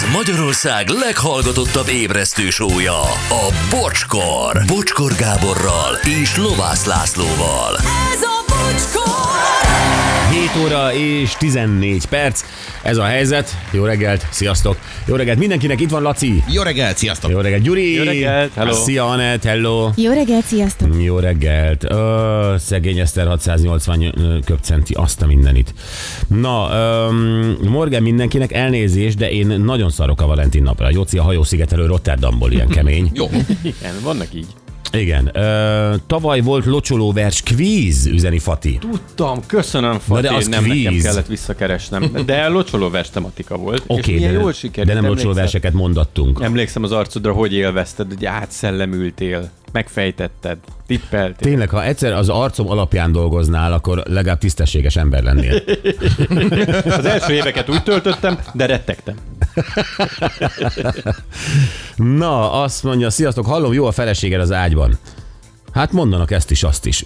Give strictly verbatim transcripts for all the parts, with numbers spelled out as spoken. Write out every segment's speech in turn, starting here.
Ez Magyarország leghallgatottabb ébresztő show-ja, a Bocskor. Bocskor Gáborral és Lovász Lászlóval. Ez a Bocskor! hét óra és tizennégy perc, ez a helyzet. Jó reggelt, sziasztok! Jó reggelt mindenkinek, itt van Laci. Jó reggelt, sziasztok! Jó reggelt, Gyuri. Jó reggelt, hello. Szia, Anett, hello. Jó reggelt, sziasztok! Jó reggelt. Ö, szegény Eszter hatszáznyolcvan köbcenti, azt a mindenit. Na, öm, Morgan mindenkinek elnézés, de én nagyon szarok a Valentin napra. Jóci a hajószigetelő Rotterdamból, ilyen kemény. Jó. Igen, vannak így. Igen. Ö, tavaly volt locsolóvers kvíz, üzeni Fati. Tudtam, köszönöm, Fati, de az nem kvíz. nekem kellett visszakeresnem. De locsolóvers tematika volt. Oké, és milyen de, jól sikerült. de nem locsolóverseket mondattunk. Emlékszem az arcodra, hogy élvezted, hogy átszellemültél, megfejtetted, tippeltél. Tényleg, ha egyszer az arcom alapján dolgoznál, akkor legalább tisztességes ember lennél. Az első éveket úgy töltöttem, de rettegtem. Na, azt mondja, sziasztok, hallom, jó a feleséged az ágyban. Hát mondanak ezt is, azt is.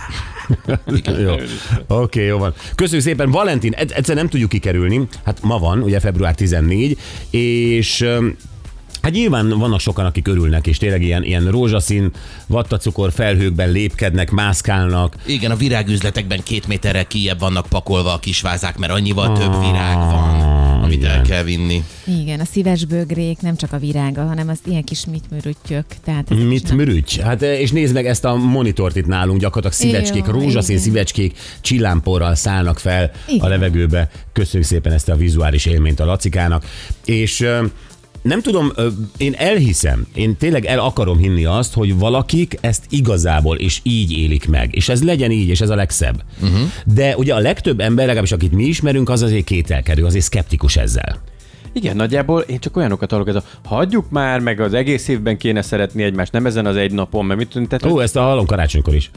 Jó. Oké, okay, jó van. Köszönjük szépen, Valentin, egyszer nem tudjuk kikerülni, hát ma van, ugye február tizennégy, és hát nyilván vannak sokan, akik örülnek, és tényleg ilyen, ilyen rózsaszín, vattacukor felhőkben lépkednek, mászkálnak. Igen, a virágüzletekben két méterrel kijebb vannak pakolva a kisvázák, mert annyival több virág van, amit igen. el kell vinni. Igen, a szíves bögrék, nem csak a virága, hanem az ilyen kis mitmürüttyök. Tehát Mit mürügy? Hát és nézd meg ezt a monitort itt nálunk, gyakorlatilag szívecskék, Jó, rózsaszín igen. szívecskék csillámporral szállnak fel Igen. a levegőbe. Köszönjük szépen ezt a vizuális élményt a Lacikának. És nem tudom, én elhiszem, én tényleg el akarom hinni azt, hogy valakik ezt igazából és így élik meg. És ez legyen így, és ez a legszebb. Uh-huh. De ugye a legtöbb ember, legalábbis akit mi ismerünk, az azért kételkedő, azért szkeptikus ezzel. Igen, nagyjából én csak olyanokat hallok, ez a hagyjuk már, meg az egész évben kéne szeretni egymást, nem ezen az egy napon, mert mit tűnt. Ó, ezt a hallom karácsonykor is.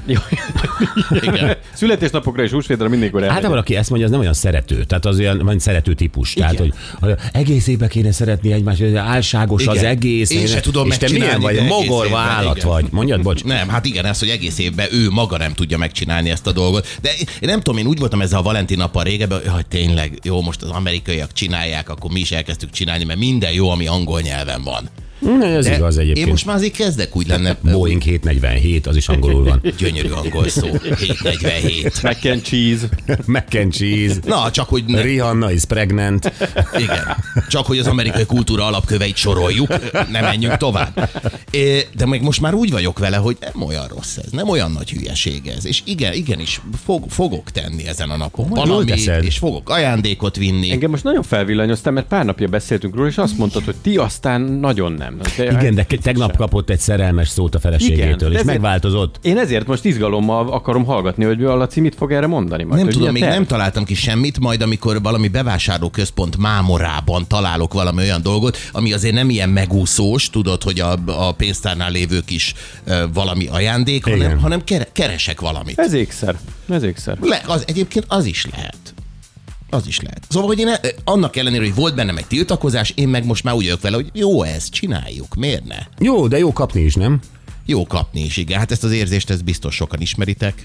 Igen. Születésnapokra és húsvétra mindenkor elmegy. Hát, valaki ezt mondja, az nem olyan szerető, tehát az olyan olyan szerető típus. Igen. Tehát, hogy, hogy egész évben kéne szeretni egymást, hogy álságos Igen. az egész. Én se tudom és te milyen megcsinálni, vagy? de egész Mogorva évben, állat igen. vagy. Mondjad, bocs. Nem, hát igen, ez, hogy egész évben ő maga nem tudja megcsinálni ezt a dolgot. De én nem tudom, én úgy voltam ezzel a Valentin nappal régebben, hogy tényleg jó, most az amerikaiak csinálják, akkor mi is elkezdtük csinálni, mert minden jó, ami angol nyelven van. Ne, ez De igaz egyébként. Én most már azért kezdek úgy lenne. Boeing hétszáznegyvenhét, az is angolul van. Gyönyörű angol szó. hétszáznegyvenhét. Mac and cheese. Mac and cheese. Na, csak hogy... Ne, Rihanna is pregnant. igen. Csak hogy az amerikai kultúra alapköveit soroljuk, nem menjünk tovább. De meg most már úgy vagyok vele, hogy nem olyan rossz ez, nem olyan nagy hülyeség ez. És igen, igenis fog, fogok tenni ezen a napon Jól valamit, teszed. és fogok ajándékot vinni. Engem most nagyon felvillanyoztam, mert pár napja beszéltünk róla, és azt mondtad, hogy ti aztán nagyon nem. De Igen, de tegnap kapott egy szerelmes szót a feleségétől, Igen, és ezért- megváltozott. Én ezért most izgalommal akarom hallgatni, hogy a Laci mit fog erre mondani majd. Nem hogy tudom, mi a még terv? nem találtam ki semmit, majd amikor valami bevásárlóközpont mámorában találok valami olyan dolgot, ami azért nem ilyen megúszós, tudod, hogy a, a pénztárnál lévők is uh, valami ajándék, Igen. hanem, hanem kere, keresek valamit. Ez ékszer. Ez ékszer. Le, az, egyébként az is lehet. Az is lehet. Szóval, hogy én e- annak ellenére, hogy volt bennem egy tiltakozás, én meg most már úgy vagyok vele, hogy jó ez, csináljuk, miért ne? Jó, de jó kapni is, nem? Jó kapni is, igen. Hát ezt az érzést, ezt biztos sokan ismeritek.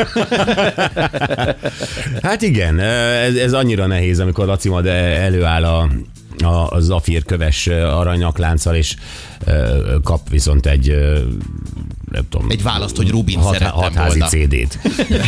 Hát igen, ez, ez annyira nehéz, amikor Laci majd előáll a, a, a zafírköves aranyaklánccal, és ö, kap viszont egy, ö, nem tudom, Egy választ, hogy Rubin hat, szerettem hatházi volna. cé dét.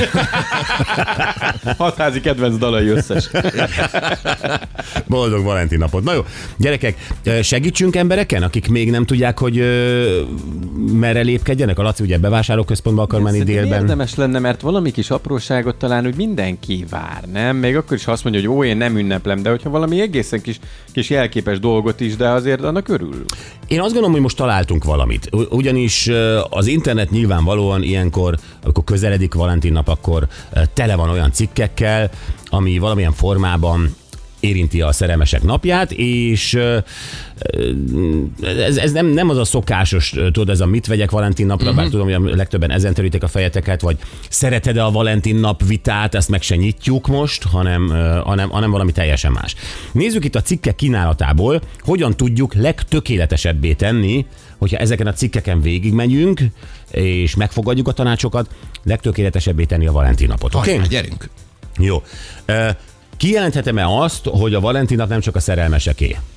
Hatházi kedvenc dalai összes. Boldog Valentin napot. Na jó, gyerekek, segítsünk embereken, akik még nem tudják, hogy ö, merre lépkedjenek. A Laci ugye bevásárlóközpontba akar menni Szerintem délben. érdemes lenne, mert valami kis apróságot talán, hogy mindenki vár, nem? Még akkor is, ha azt mondja, hogy ó, én nem ünneplem, de hogyha valami egészen kis, kis jelképes dolgot is, de azért annak örül. Én azt gondolom, hogy most találtunk valamit. U- Ugyanis ö, az internet nyilvánvalóan ilyenkor, amikor közeledik Valentin nap, akkor ö, tele van olyan cikkekkel, ami valamilyen formában érinti a szerelmesek napját, és ö, ez, ez nem, nem az a szokásos, tudod, ez a mit vegyek Valentin napra, uh-huh. bár tudom, hogy a legtöbben ezen terítik a fejeteket, vagy szereted-e a Valentin nap vitát, ezt meg se nyitjuk most, hanem, ö, hanem, hanem valami teljesen más. Nézzük itt a cikkek kínálatából, hogyan tudjuk legtökéletesebbé tenni, hogyha ezeken a cikkeken végigmegyünk, és megfogadjuk a tanácsokat, legtökéletesebbé tenni a Valentin napot. Oké? Hajrá, gyerünk! Jó. Kijelenthetem-e azt, hogy a Valentin nap nem csak a szerelmeseké?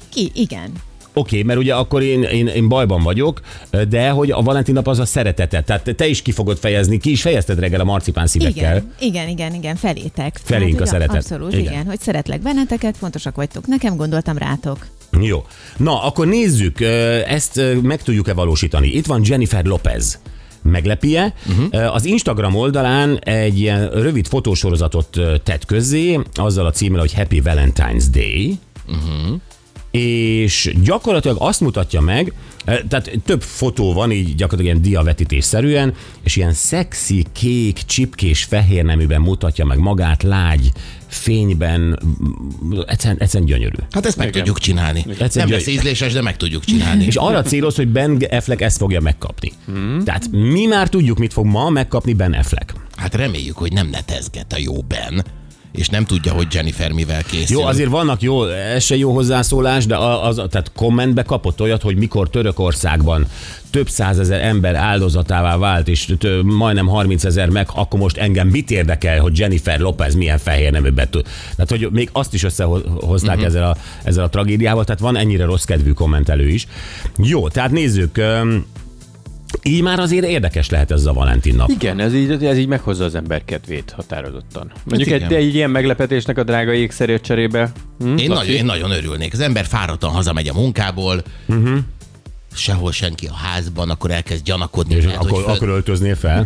Ki? Igen. Oké, okay, mert ugye akkor én, én, én bajban vagyok, de hogy a Valentin nap az a szeretetet. Tehát te is ki fogod fejezni, ki is fejezted reggel a marcipán szívekkel. Igen, igen, igen, igen, felétek. Felénk Tehát, a szeretet. Abszolút, Igen. igen. Hogy szeretlek benneteket, fontosak vagytok. Nekem gondoltam rátok. Jó. Na, akkor nézzük, ezt meg tudjuk-e valósítani. Itt van Jennifer Lopez. Meglepie. Uh-huh. Az Instagram oldalán egy ilyen rövid fotósorozatot tett közzé, azzal a címmel, hogy Happy Valentine's Day. Uh-huh. És gyakorlatilag azt mutatja meg, tehát több fotó van, így gyakorlatilag ilyen diavetítésszerűen, és ilyen szexi, kék, csipkés, fehér neműben mutatja meg magát, lágy, fényben, egyszerűen, egyszerűen gyönyörű. Hát ezt meg Igen. tudjuk csinálni. Egyszerűen Nem lesz gyönyörű. ízléses, de meg tudjuk csinálni. És arra céloz, hogy Ben Affleck ezt fogja megkapni. Hmm. Tehát mi már tudjuk, mit fog ma megkapni Ben Affleck. Hát reméljük, hogy nem netezget a jó Ben, és nem tudja, hogy Jennifer mivel készül. Jó, azért vannak jó, ez se jó hozzászólás, de az, tehát kommentbe kapott olyat, hogy mikor Törökországban több százezer ember áldozatává vált, és tő, majdnem harmincezer meg, akkor most engem mit érdekel, hogy Jennifer Lopez milyen fehér neműben tud. Tehát, hogy még azt is összehozták uh-huh. ezzel, a, ezzel a tragédiával, tehát van ennyire rossz kedvű kommentelő is. Jó, tehát nézzük. Így már azért érdekes lehet ez a Valentin nap. Igen, ez így, ez így meghozza az ember kedvét határozottan. Mondjuk Hát egy, egy ilyen meglepetésnek a drága ékszerért cserébe. Hm? Én, nagyon, én nagyon örülnék. Az ember fáradtan hazamegy a munkából, uh-huh. sehol senki a házban, akkor elkezd gyanakodni. És lehet, akkor, föl... akkor öltöznél fel?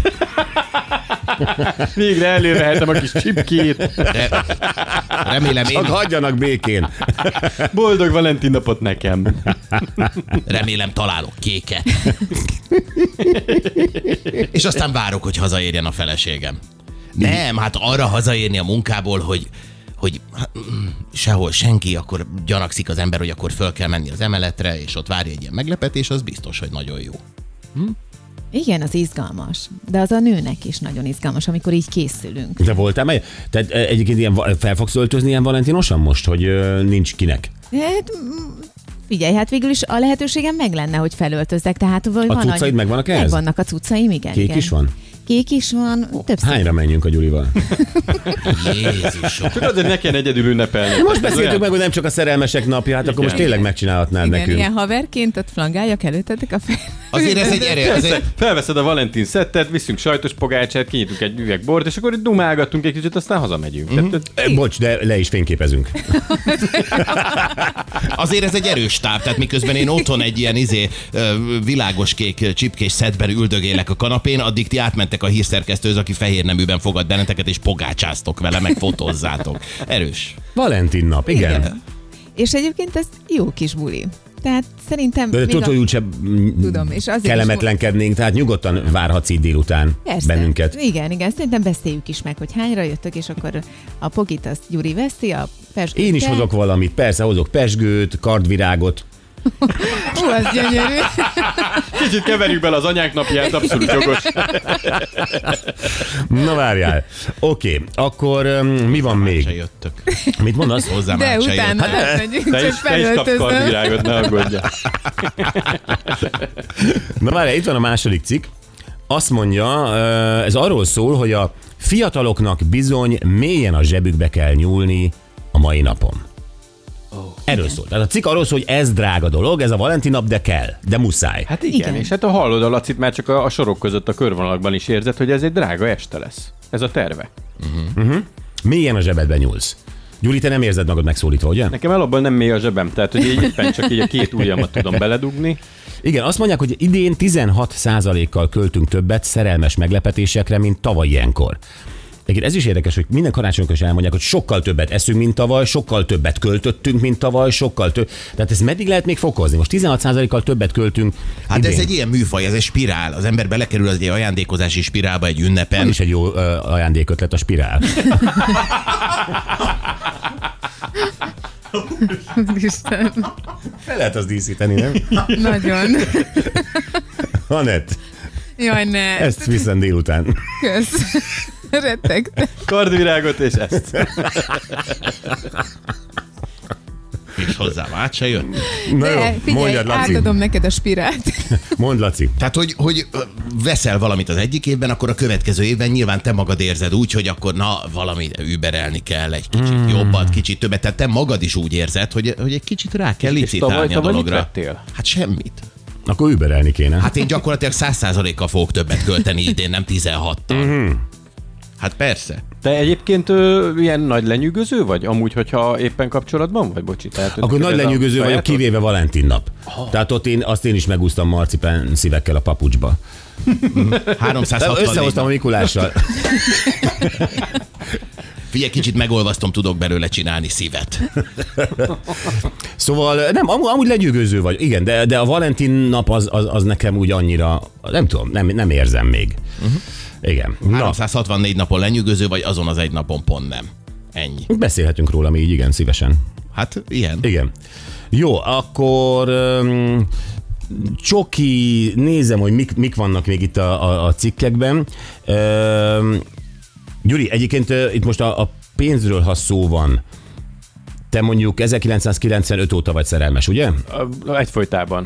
Végre elővehetem a kis csipkét. Re... Remélem, Csak én... hagyjanak békén. Boldog Valentin napot nekem. Remélem találok kéket. És aztán várok, hogy hazaérjen a feleségem. Nem, hát arra hazaérni a munkából, hogy hogy sehol senki, akkor gyanakszik az ember, hogy akkor föl kell menni az emeletre, és ott várja egy ilyen meglepetés, az biztos, hogy nagyon jó. Hm? Igen, az izgalmas. De az a nőnek is nagyon izgalmas, amikor így készülünk. De voltál meg? Tehát egyébként ilyen, fel fogsz öltözni ilyen valentinosan most, hogy ö, nincs kinek? Hát, figyelj, hát végül is a lehetőségem meg lenne, hogy felöltözzek. Tehát, A cuccaid megvannak ehhez? Megvannak a cuccaim, igen. Kék igen. is van? Kék is van, oh, többször. Hányra menjünk a Gyurival? Jézusom. Csak azért ne kell egyedül ünnepelni. Most beszéltük meg, hogy nem csak a szerelmesek napja, hát akkor Igen. most tényleg megcsinálhatnád Igen, nekünk. ilyen haverként ott flangáljak előttetek a fel. Azért ez egy erő, ez egy... Felveszed a Valentin szettet, viszünk sajtos pogácsát, kinyitunk egy üveg bort, és akkor itt dumálgatunk egy kicsit, aztán hazamegyünk. Mm-hmm. Tehát, Eh, Bocs, de le is fényképezünk. Azért ez egy erős táv, tehát miközben én otthon egy ilyen izé ö, világos kék csipkés szettben üldögélek a kanapén, addig ti átmentek a hírszerkesztőhöz, aki fehér neműben fogad benneteket, és pogácsáztok vele, meg fotózzátok. Erős. Valentin nap, igen. igen. És egyébként ez jó kis buli. Tehát szerintem... De még tudod, a- hogy úgyse Tudom, és azért is kellemetlenkednénk, tehát nyugodtan várhatsz így délután Persze. bennünket. Igen, igen, szerintem beszéljük is meg, hogy hányra jöttök, és akkor a pogit azt Gyuri veszi, a pesgőt. Én is te. hozok valamit, persze, hozok pesgőt, kardvirágot. Hú, az gyönyörű. kicsit keverjük bele az anyák napját, abszolút jogos. Na várjál. Oké, okay, akkor um, mi van Se még? jöttök. Mit mondasz? Hozzám De át se utána jöttök. átmegyünk, Te csak is, te is kapsz felöltözöm. kardvirágot, ne aggódjál. Na várjál, itt van a második cikk. Azt mondja, uh, ez arról szól, hogy a fiataloknak bizony mélyen a zsebükbe kell nyúlni a mai napon. Erről szól. Tehát a cikk arról szól, hogy ez drága dolog, ez a Valentin nap, de kell, de muszáj. Hát igen, Igen. és hát a hallod a Lacit már csak a, a sorok között a körvonalakban is érzed, hogy ez egy drága este lesz. Ez a terve. Mélyen a zsebedbe nyúlsz. Gyuri, te nem érzed magad megszólítva, ugye? Nekem alapból nem mély a zsebem, tehát hogy így éppen csak így a két ujjamat tudom beledugni. Igen, azt mondják, hogy idén tizenhat százalékkal költünk többet szerelmes meglepetésekre, mint tavaly ilyenkor. Egyébként ez is érdekes, hogy minden karácsonykor is elmondják, hogy sokkal többet eszünk, mint tavaly, sokkal többet költöttünk, mint tavaly, sokkal több. Tehát ezt meddig lehet még fokozni? Most tizenhat százalékkal többet költünk. Hát idén. ez egy ilyen műfaj, ez egy spirál. Az ember belekerül az egy ajándékozási spirálba egy ünnepen. Ez is egy jó ö, ajándékötlet, a spirál. Isten, Fel lehet azt díszíteni, nem? nagyon. Anett, Jaj, ne. ezt viszem délután. Kösz. Rettegtem. Kardvirágot és ezt. És hozzám át se jött. Na De jó, figyelj, mondjad, Laci. átadom neked a spirált. Mondd, Laci. Tehát, hogy, hogy veszel valamit az egyik évben, akkor a következő évben nyilván te magad érzed úgy, hogy akkor na, valami überelni kell egy kicsit mm. jobbat, kicsit többet. Tehát te magad is úgy érzed, hogy, hogy egy kicsit rá kell licitálni a dologra. Vettél? Hát semmit. Akkor überelni kéne. Hát én gyakorlatilag száz százalékkal fogok többet költeni idén, nem tizenhattal. Mm-hmm. Hát persze. Te egyébként ö, ilyen nagy lenyűgöző vagy? Amúgy, hogyha éppen kapcsolatban vagy? Bocsi, tehát, Akkor nagy lenyűgöző vagyok, sajátod? kivéve Valentin nap. Oh. Tehát ott én, azt én is megúsztam marcipán szívekkel a papucsba. háromszázhatvannégy Összehoztam a Mikulással. Figyelj, kicsit megolvasztom, tudok belőle csinálni szívet. Szóval nem, amúgy, amúgy lenyűgöző vagy. Igen, de, de a Valentin nap az, az, az nekem úgy annyira, nem tudom, nem, nem érzem még. Uh-huh. Igen. Na, háromszázhatvannégy napon lenyűgöző, vagy azon az egy napon pont nem. Ennyi. beszélhetünk róla mi így, igen, szívesen. Hát ilyen. Igen. Jó, akkor um, Csoki, nézem, hogy mik, mik vannak még itt a, a, a cikkekben. Um, Gyuri, egyébként uh, itt most a, a pénzről, ha szó van, te mondjuk ezerkilencszázkilencvenöt óta vagy szerelmes, ugye? Egyfolytában.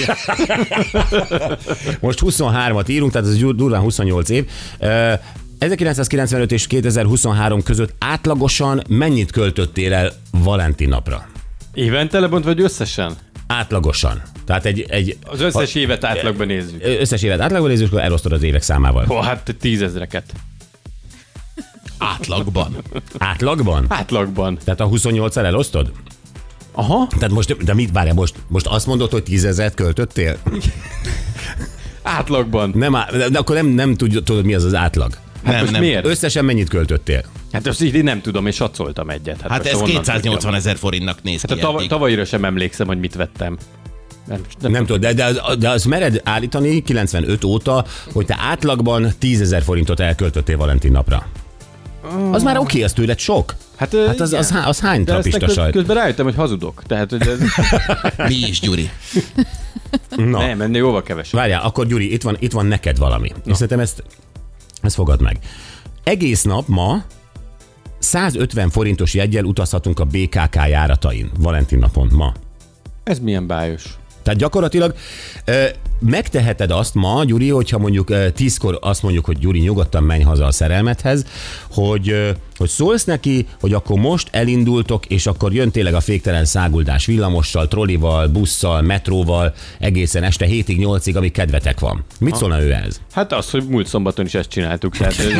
Most huszonhármat írunk, tehát ez durván huszonnyolc év. Uh, ezerkilencszázkilencvenöt és kétezer-huszonhárom között átlagosan mennyit költöttél el Valentin napra? Évente lebont vagy összesen? Átlagosan. Tehát egy... egy Az összes évet átlagban nézzük. Összes évet átlagban nézzük, akkor elosztod az évek számával. Ó, hát tízezreket. Átlagban. Átlagban? Átlagban. Tehát a huszonnyolccal elosztod? Aha. Tehát most, de mit várja, most, most azt mondod, hogy tízezret költöttél? Átlagban. Nem, á- de akkor nem, nem tudod, tudod, mi az az átlag. Hát Nem, most nem. miért? Összesen mennyit költöttél? Hát azt így nem tudom, és satszoltam egyet. Hát most ez honnan kétszáznyolcvan tudjam? ezer forintnak néz Hát ki a tav- eddig. tavalyira sem emlékszem, hogy mit vettem. Nem, nem, Nem tudod, de, de, az, de az mered állítani kilencvenöt óta, hogy te átlagban tízezer forintot elköltöttél Valentin napra. Az már oké, az tőled sok. Hát, Hát az, az, há- az hány de trapista aztán sajt? közben rájöttem, hogy hazudok. Tehát, hogy ez... Mi is, Gyuri? Na, nem, ennél jóval kevesebb. várjál, akkor Gyuri, itt van, itt van neked valami. És szerintem ezt, ezt fogad meg. Egész nap ma százötven forintos jeggyel utazhatunk a bé ká ká járatain. Valentin napon ma. Ez milyen bájos. Tehát gyakorlatilag ö, megteheted azt ma, Gyuri, hogyha mondjuk ö, tízkor azt mondjuk, hogy Gyuri, nyugodtan menj haza a szerelmedhez, hogy, ö, hogy szólsz neki, hogy akkor most elindultok, és akkor jön tényleg a féktelen száguldás villamossal, trollival, busszal, metróval, egészen este hétig, nyolcig, amíg kedvetek van. Mit szólna ő ez? Hát az, hogy múlt szombaton is ezt csináltuk. Tehát ez,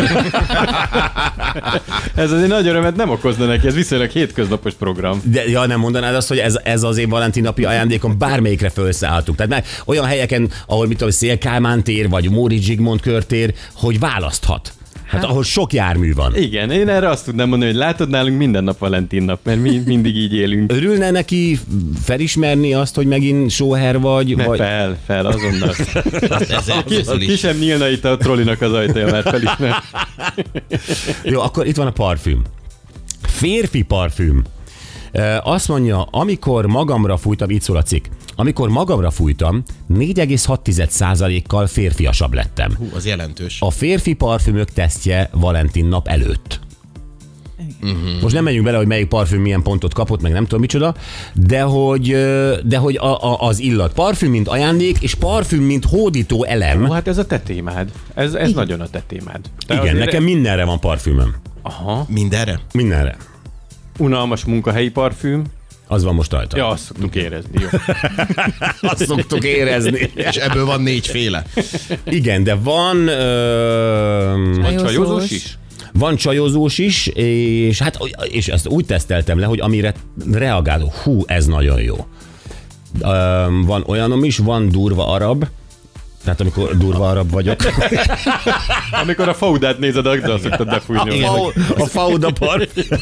ez azért nagy örömet nem okozna neki, ez viszonylag hétköznapos program. De ja, nem mondanád azt, hogy ez, ez az én Valentin napi ajándékom, bármelyikre felszálltunk. Tehát már olyan helyeken, ahol mit tudom, Széll Kálmán tér, vagy Móricz Zsigmond körtér, hogy választhat. Hát ahol sok jármű van. Igen, én erre azt tudnám mondani, hogy látod, nálunk minden nap Valentin nap, mert mi mindig így élünk. Örülne neki felismerni azt, hogy megint sóher vagy? Ne vagy... fel, fel, azonnal. Hát ezzel Ki, közül ki is. sem nyílna itt a trollinak az ajtaja, mert felismer. Jó, akkor itt van a parfüm. Férfi parfüm. E, azt mondja, amikor magamra fújtam, így szól a cikk, amikor magamra fújtam, négy egész hat százalékkal férfiasabb lettem. Hú, az jelentős. A férfi parfümök tesztje Valentin nap előtt. Uh-huh. Most nem menjünk bele, hogy melyik parfüm milyen pontot kapott, meg nem tudom micsoda, de hogy, de hogy a, a, az illat. Parfüm, mint ajándék, és parfüm, mint hódító elem. Ó, hát ez a te témád. Ez, ez nagyon a te témád. Te Igen, azért- nekem mindenre van parfümöm. Aha. Mindenre? Mindenre. Unalmas munkahelyi parfüm. Az van most rajta. Ja, azt szoktuk érezni. Jó. Azt szoktuk érezni. És ebből van négyféle. Igen, de van... Ö, Van Csajozós. csajozós is? van csajozós is, és hát és ezt úgy teszteltem le, hogy amire reagálok, hú, ez nagyon jó. Ö, van olyanom is, van durva arab, tehát amikor durva arab vagyok. Amikor a faudát nézed, akkor azt szoktad A, befújni. fau, a fauda parfüm.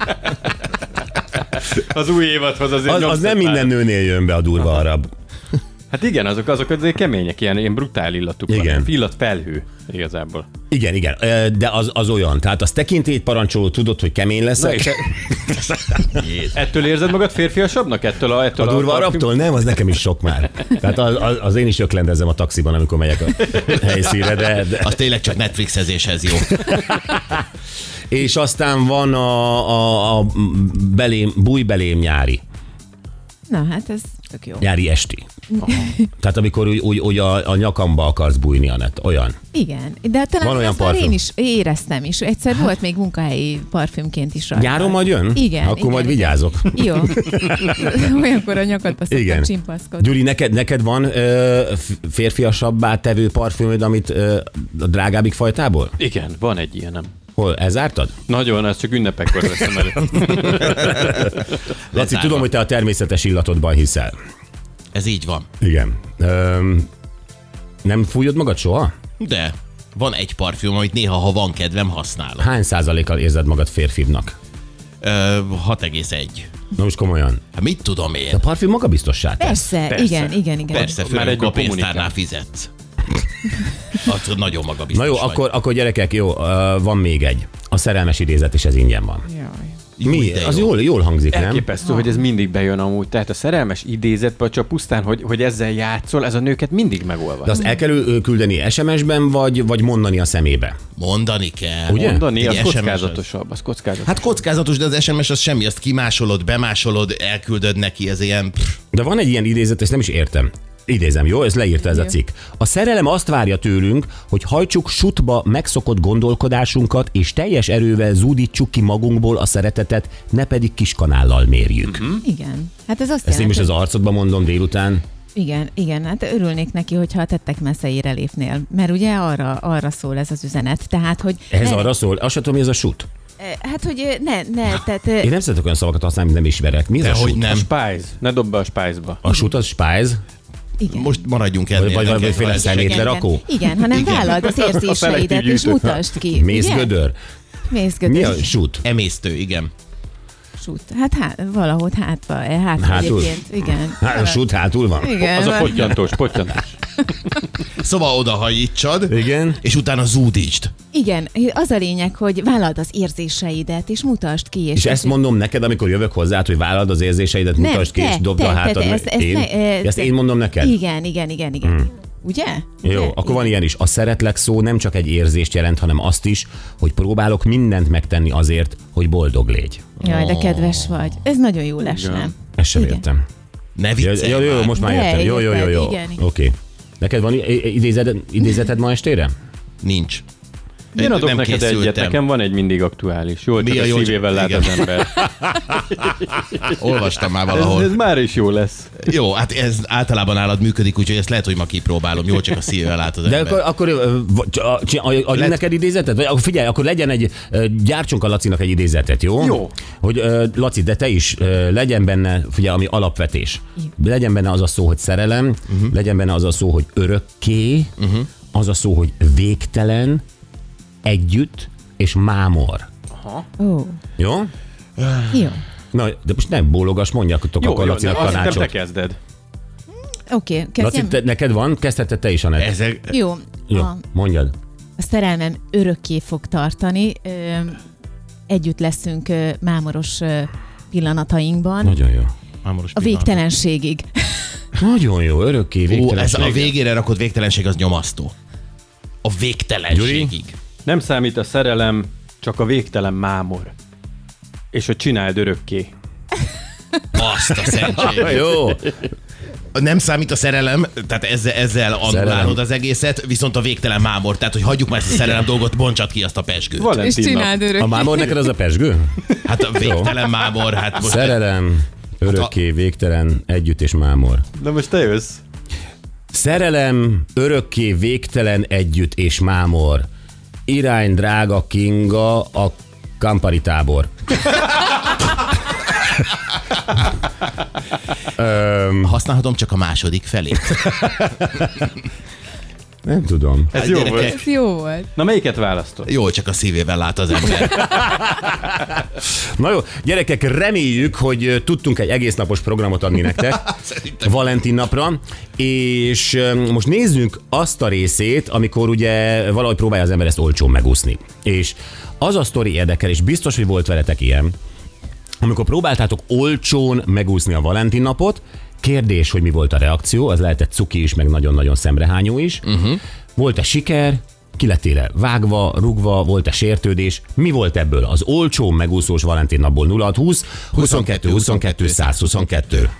Az új évadhoz azért Az, az nyomsz nem egy minden párat. nőnél jön be a durva arab. Hát igen, azok, azok azért kemények, ilyen, ilyen brutál illatuk Igen. van. Illat felhő igazából. Igen, igen, ö, de az, az olyan. Tehát az tekintélyt parancsoló, tudod, hogy kemény lesz. Na, és e- ettől érzed magad férfiasabbnak? Ettől a, ettől A durva parfüm- arabtól nem, az nekem is sok már. Tehát az, az, az én is öklendezem a taxiban, amikor megyek a helyszínre, de, de... Az tényleg csak Netflixezéshez jó. És aztán van a, a, a belém, bújbelém nyári. Na hát ez tök jó. Nyári esti. Tehát amikor úgy, úgy, úgy a, a nyakamba akarsz bújni, Anett, olyan. Igen, de talán Van olyan ezt már parfüm? én is éreztem is. Egyszer hát. volt még munkahelyi parfümként is rajta. Nyáron majd jön? Igen. Akkor igen, majd igen. vigyázok. Jó. Olyankor a nyakadba Igen. szoktam csimpaszkodni. Gyuri, neked, neked van ö, férfiasabbá tevő parfümöd, amit ö, a drágábbik fajtából? Igen, van egy ilyenem. Hol, elzártad? Nagyon, ez csak ünnepekkor veszem elő. Laci, tudom, hogy te a természetes illatodban hiszel. Ez így van. Igen. Öm, nem fújod magad soha? De van egy parfüm, amit néha, ha van kedvem, használok. Hány százalékkal érzed magad férfivnak? Ö, hat egész egy. Na most komolyan. Hát mit tudom én? A parfüm magabiztossá tesz. Persze, Persze. igen, igen, igen. Persze, Már főleg egyből a pénztárnál kommunikál. fizetsz. Az nagyon magabiztos Na jó, vagy. akkor, akkor gyerekek, jó, ö, van még egy. A szerelmes idézet, és ez ingyen van. Jaj. Jó, Mi? de Az jó. jól, jól hangzik, nem? Elképesztő, hogy ez mindig bejön amúgy. Tehát a szerelmes idézetben csak pusztán, hogy, hogy ezzel játszol, ez a nőket mindig megolvad. De azt el kell ö, küldeni es em es-ben, vagy, vagy mondani a szemébe? Mondani kell. Ugye? Mondani, Egy az es em es-az. kockázatosabb, az kockázatos. Hát kockázatos, de az es em es az semmi, azt kimásolod, bemásolod, elküldöd neki, ez ilyen... Pff, De van egy ilyen idézet, ezt nem is értem. Idézem, jó? Ez leírta ez a Jó. cikk. A szerelem azt várja tőlünk, hogy hajtsuk sutba megszokott gondolkodásunkat, és teljes erővel zúdítsuk ki magunkból a szeretetet, ne pedig kiskanállal mérjük. Mhm. Mm-hmm. Igen. Hát ez azt Ezt én jelenti, most az hogy- arcodban mondom délután. Igen, igen, hát örülnék neki, hogyha a tettek messzeire lépnél, mert ugye arra, arra szól ez az üzenet, tehát, hogy... Ez ne, arra szól, azt sem tudom, mi ez a sut. Hát, hogy ne, ne, tehát... Én nem szeretek olyan szavakat használni, amit nem ismerek. Mi ez a Dehogy sut? nem. A spice. Ne dobd be a spice-ba. A sut az spájz, Igen. Most maradjunk ennél. vagy, vagy neked valamiféle van szemét igen, lerakó. igen, hanem Igen. vállald az érzéseidet, szelektív és gyűjtő. mutasd ki. ugye? Mézgödör. Mézgödör. Mi a sut? Emésztő, igen. Sút. Hát, hát valahogy hátva, hátva Hátul? egyébként. Igen. Hát a sut hátul van. Igen. Az a pottyantós, pottyantós. Szóval odahajítsad, Igen. és utána zúdítsd. Igen, az a lényeg, hogy vállald az érzéseidet, és mutasd ki. És, És ezt mondom neked, amikor jövök hozzád, hogy vállald az érzéseidet, Nem, mutasd ki, te, és dobd te, a te, hátad. te, ezt- ezt én? ne- e, ezt te- én mondom neked? Igen, igen, igen, igen. Hmm. Ugye? Jó, Ugye? akkor van ilyen is. A szeretlek szó nem csak egy érzést jelent, hanem azt is, hogy próbálok mindent megtenni azért, hogy boldog légy. Jaj, de kedves vagy. Ez nagyon jó lesz, Igen. nem? Ezt sem Igen. értem. Ne Jó, viccelj jó, jó, már. most már De, értem. Jó, jó, jó, jó. igen, igen. Oké. Neked van i- i- idézeted, idézeted ma estére? Nincs. Én adok Nem neked készültem. egyet, nekem van egy mindig aktuális. Jól Mi csak a a jó, szívével lát igen. az ember. Olvastam már Ez, valahol. ez már is jó lesz. Jó, hát ez általában nálad működik, úgyhogy ezt lehet, hogy ma kipróbálom. Jó, csak a szívvel látod. De ember. akkor, akkor ö, v- c- a- c- adjunk Lett- neked idézetet? Vagy akkor figyelj, akkor legyen egy, ö, gyártsunk a Lacinak egy idézetet, jó? Jó. Hogy ö, Laci, de te is ö, legyen benne, figyelj, ami alapvetés. Legyen benne az a szó, hogy szerelem, uh-huh. legyen benne az a szó, hogy örökké, uh-huh. az a szó, hogy végtelen, együtt és mámor. Ó, Jó? jó. Na, de most nem bólogass, mondjatok Jó, akkor jó, Lacinak azt hittem, te tanácsot. kezded. Oké, okay, Laci, kezdjem. te, neked van? Kezdheted te is, Anett. Ezek, Jó. Jó, A, mondjad. a szerelmem örökké fog tartani. Ö, együtt leszünk ö, mámoros ö, pillanatainkban. Nagyon jó. Mámoros A pillanat. végtelenségig. Nagyon jó, örökké, Ó, ez végtelenség. a végére rakott végtelenség az nyomasztó. A végtelenségig. Nem számít a szerelem, csak a végtelen mámor. És hogy csináld örökké. Azt a szentség. Jó. Nem számít a szerelem, tehát ezzel, ezzel annulálod az egészet, viszont a végtelen mámor. Tehát, hogy hagyjuk már ezt a szerelem dolgot, bontsad ki azt a pezsgőt. Valentin nap. A örökké. mámor neked az a pesgő? Hát a végtelen mámor, hát most... Szerelem, örökké, végtelen, együtt és mámor. Na most te jössz. Szerelem, örökké, végtelen, együtt és mámor. Irány, drága Kinga, a Kampari tábor. Öm, Használhatom csak a második felét. nem tudom. Ez Hát jó gyerekek, volt. Ez jó volt. Na melyiket választod? Jó, csak a szívével lát az ember. Na jó, gyerekek, reméljük, hogy ö, tudtunk egy egész napos programot adni nektek Valentin napra, és ö, most nézzünk azt a részét, amikor ugye valahogy próbálja az ember ezt olcsón megúszni. És az a sztori érdekel, és biztos, hogy volt veletek ilyen, amikor próbáltátok olcsón megúszni a Valentin napot, kérdés, hogy mi volt a reakció, az lehetett cuki is, meg nagyon-nagyon szemrehányó is. Uh-huh. Volt-e siker? Ki lettél vágva, rugva, volt-e sértődés? Mi volt ebből az olcsó megúszós Valentin napból? nulla hat húsz huszonkettő huszonkettő száz huszonkettő.